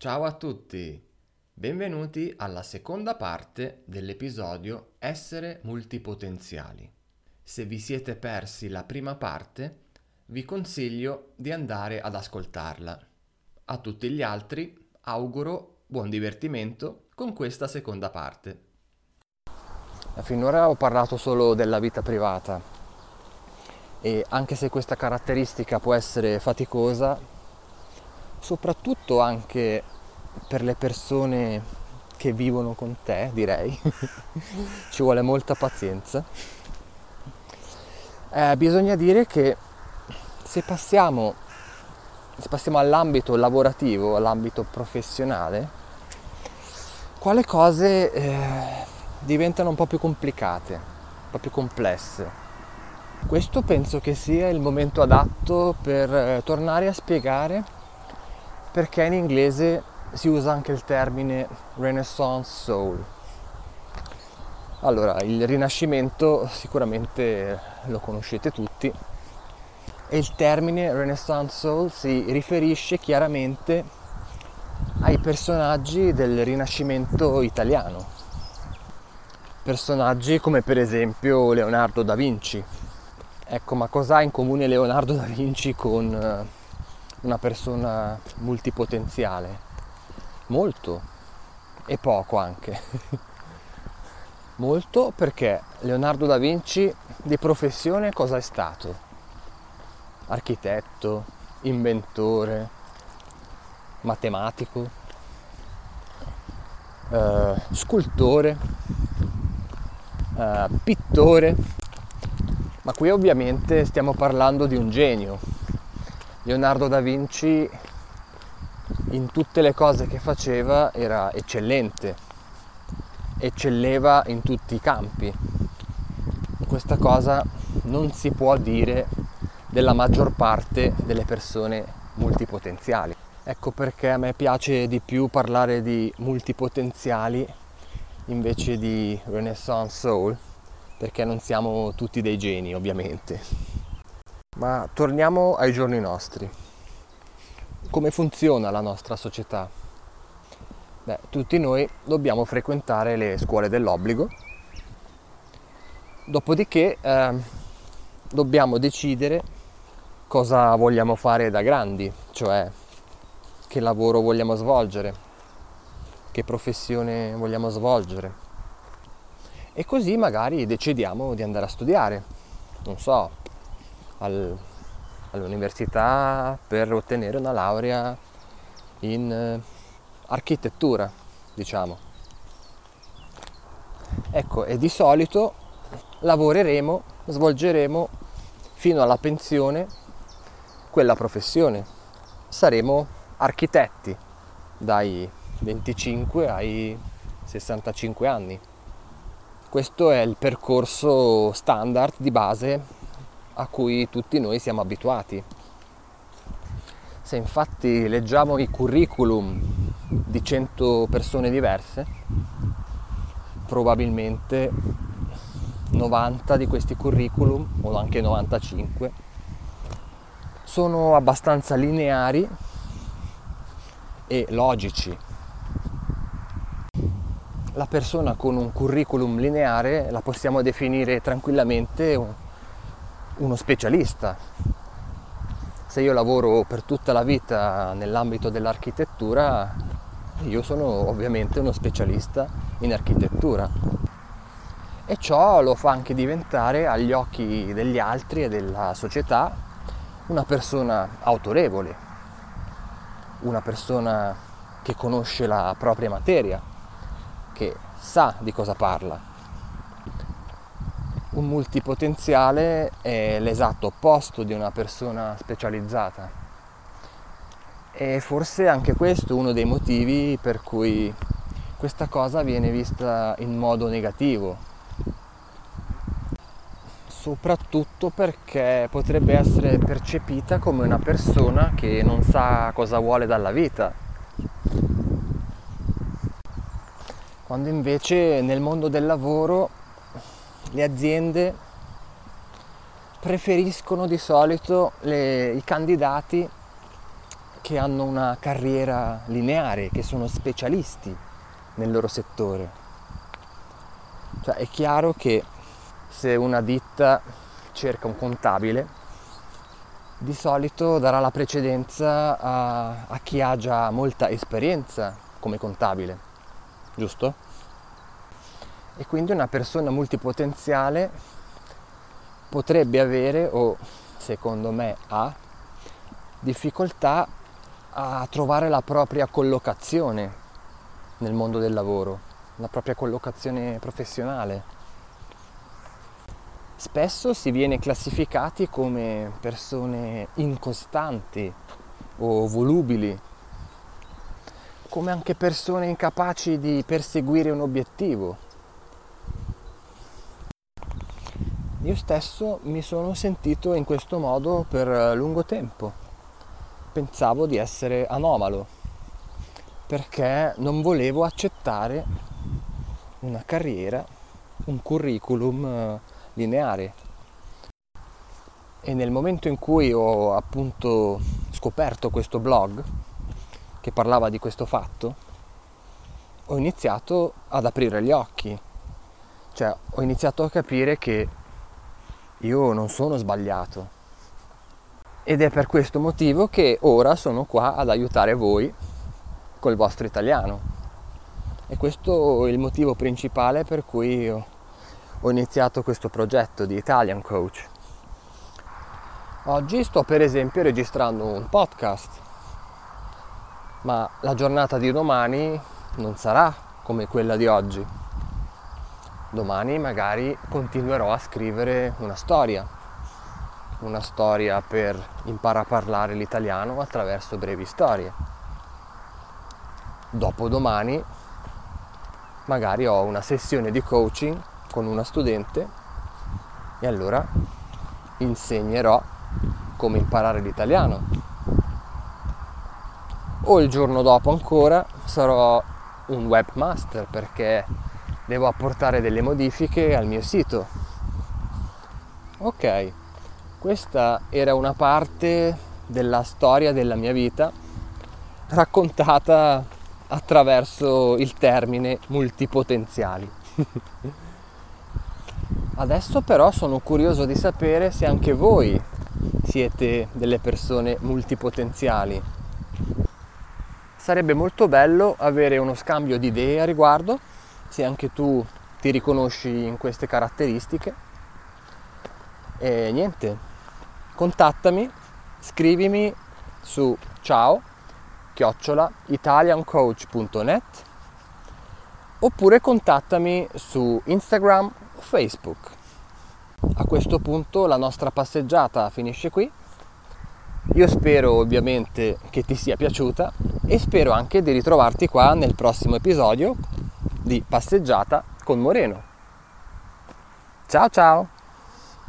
Ciao a tutti, benvenuti alla seconda parte dell'episodio Essere multipotenziali. Se vi siete persi la prima parte, vi consiglio di andare ad ascoltarla. A tutti gli altri auguro buon divertimento con questa seconda parte. Finora ho parlato solo della vita privata e anche se questa caratteristica può essere faticosa, soprattutto anche per le persone che vivono con te, direi, ci vuole molta pazienza. Bisogna dire che se passiamo all'ambito lavorativo, all'ambito professionale, quelle cose diventano un po' più complicate, un po' più complesse. Questo penso che sia il momento adatto per tornare a spiegare perché in inglese si usa anche il termine Renaissance Soul. Allora, il Rinascimento sicuramente lo conoscete tutti e il termine Renaissance Soul si riferisce chiaramente ai personaggi del Rinascimento italiano. Personaggi come per esempio Leonardo da Vinci. Ecco, ma cosa ha in comune Leonardo da Vinci con una persona multipotenziale? Molto, e poco anche. Molto perché Leonardo da Vinci di professione cosa è stato? Architetto, inventore, matematico, scultore, pittore, ma qui ovviamente stiamo parlando di un genio. Leonardo da Vinci in tutte le cose che faceva era eccellente, eccelleva in tutti i campi. Questa cosa non si può dire della maggior parte delle persone multipotenziali. Ecco perché a me piace di più parlare di multipotenziali invece di Renaissance Soul, perché non siamo tutti dei geni, ovviamente. Ma torniamo ai giorni nostri. Come funziona la nostra società? Beh, tutti noi dobbiamo frequentare le scuole dell'obbligo, dopodiché dobbiamo decidere cosa vogliamo fare da grandi, cioè che lavoro vogliamo svolgere, che professione vogliamo svolgere. E così magari decidiamo di andare a studiare, non so, all'università per ottenere una laurea in architettura, diciamo. Ecco, e di solito svolgeremo fino alla pensione quella professione. Saremo architetti dai 25 ai 65 anni. Questo è il percorso standard di base a cui tutti noi siamo abituati. Se infatti leggiamo i curriculum di 100 persone diverse, probabilmente 90 di questi curriculum, o anche 95, sono abbastanza lineari e logici. La persona con un curriculum lineare la possiamo definire tranquillamente uno specialista. Se io lavoro per tutta la vita nell'ambito dell'architettura, io sono ovviamente uno specialista in architettura. E ciò lo fa anche diventare agli occhi degli altri e della società una persona autorevole, una persona che conosce la propria materia, che sa di cosa parla. Un multipotenziale è l'esatto opposto di una persona specializzata e forse anche questo è uno dei motivi per cui questa cosa viene vista in modo negativo, soprattutto perché potrebbe essere percepita come una persona che non sa cosa vuole dalla vita, quando invece nel mondo del lavoro le aziende preferiscono di solito i candidati che hanno una carriera lineare, che sono specialisti nel loro settore. Cioè è chiaro che se una ditta cerca un contabile, di solito darà la precedenza a chi ha già molta esperienza come contabile, giusto? E quindi una persona multipotenziale potrebbe avere, o secondo me ha, difficoltà a trovare la propria collocazione nel mondo del lavoro, la propria collocazione professionale. Spesso si viene classificati come persone incostanti o volubili, come anche persone incapaci di perseguire un obiettivo. Io stesso mi sono sentito in questo modo per lungo tempo. Pensavo di essere anomalo, perché non volevo accettare una carriera, un curriculum lineare. E nel momento in cui ho appunto scoperto questo blog che parlava di questo fatto, ho iniziato ad aprire gli occhi. Cioè ho iniziato a capire che io non sono sbagliato. Ed è per questo motivo che ora sono qua ad aiutare voi col vostro italiano. E questo è il motivo principale per cui ho iniziato questo progetto di Italian Coach. Oggi sto per esempio registrando un podcast, ma la giornata di domani non sarà come quella di oggi. Domani magari continuerò a scrivere una storia per imparare a parlare l'italiano attraverso brevi storie. Dopodomani magari ho una sessione di coaching con una studente e allora insegnerò come imparare l'italiano. O il giorno dopo ancora sarò un webmaster perché devo apportare delle modifiche al mio sito. Ok, questa era una parte della storia della mia vita raccontata attraverso il termine multipotenziali. Adesso però sono curioso di sapere se anche voi siete delle persone multipotenziali. Sarebbe molto bello avere uno scambio di idee a riguardo, se anche tu ti riconosci in queste caratteristiche. E niente, contattami, scrivimi su ciao@italiancoach.net oppure contattami su Instagram o Facebook. A questo punto la nostra passeggiata finisce qui. Io spero ovviamente che ti sia piaciuta e spero anche di ritrovarti qua nel prossimo episodio di Passeggiata con Moreno. Ciao ciao!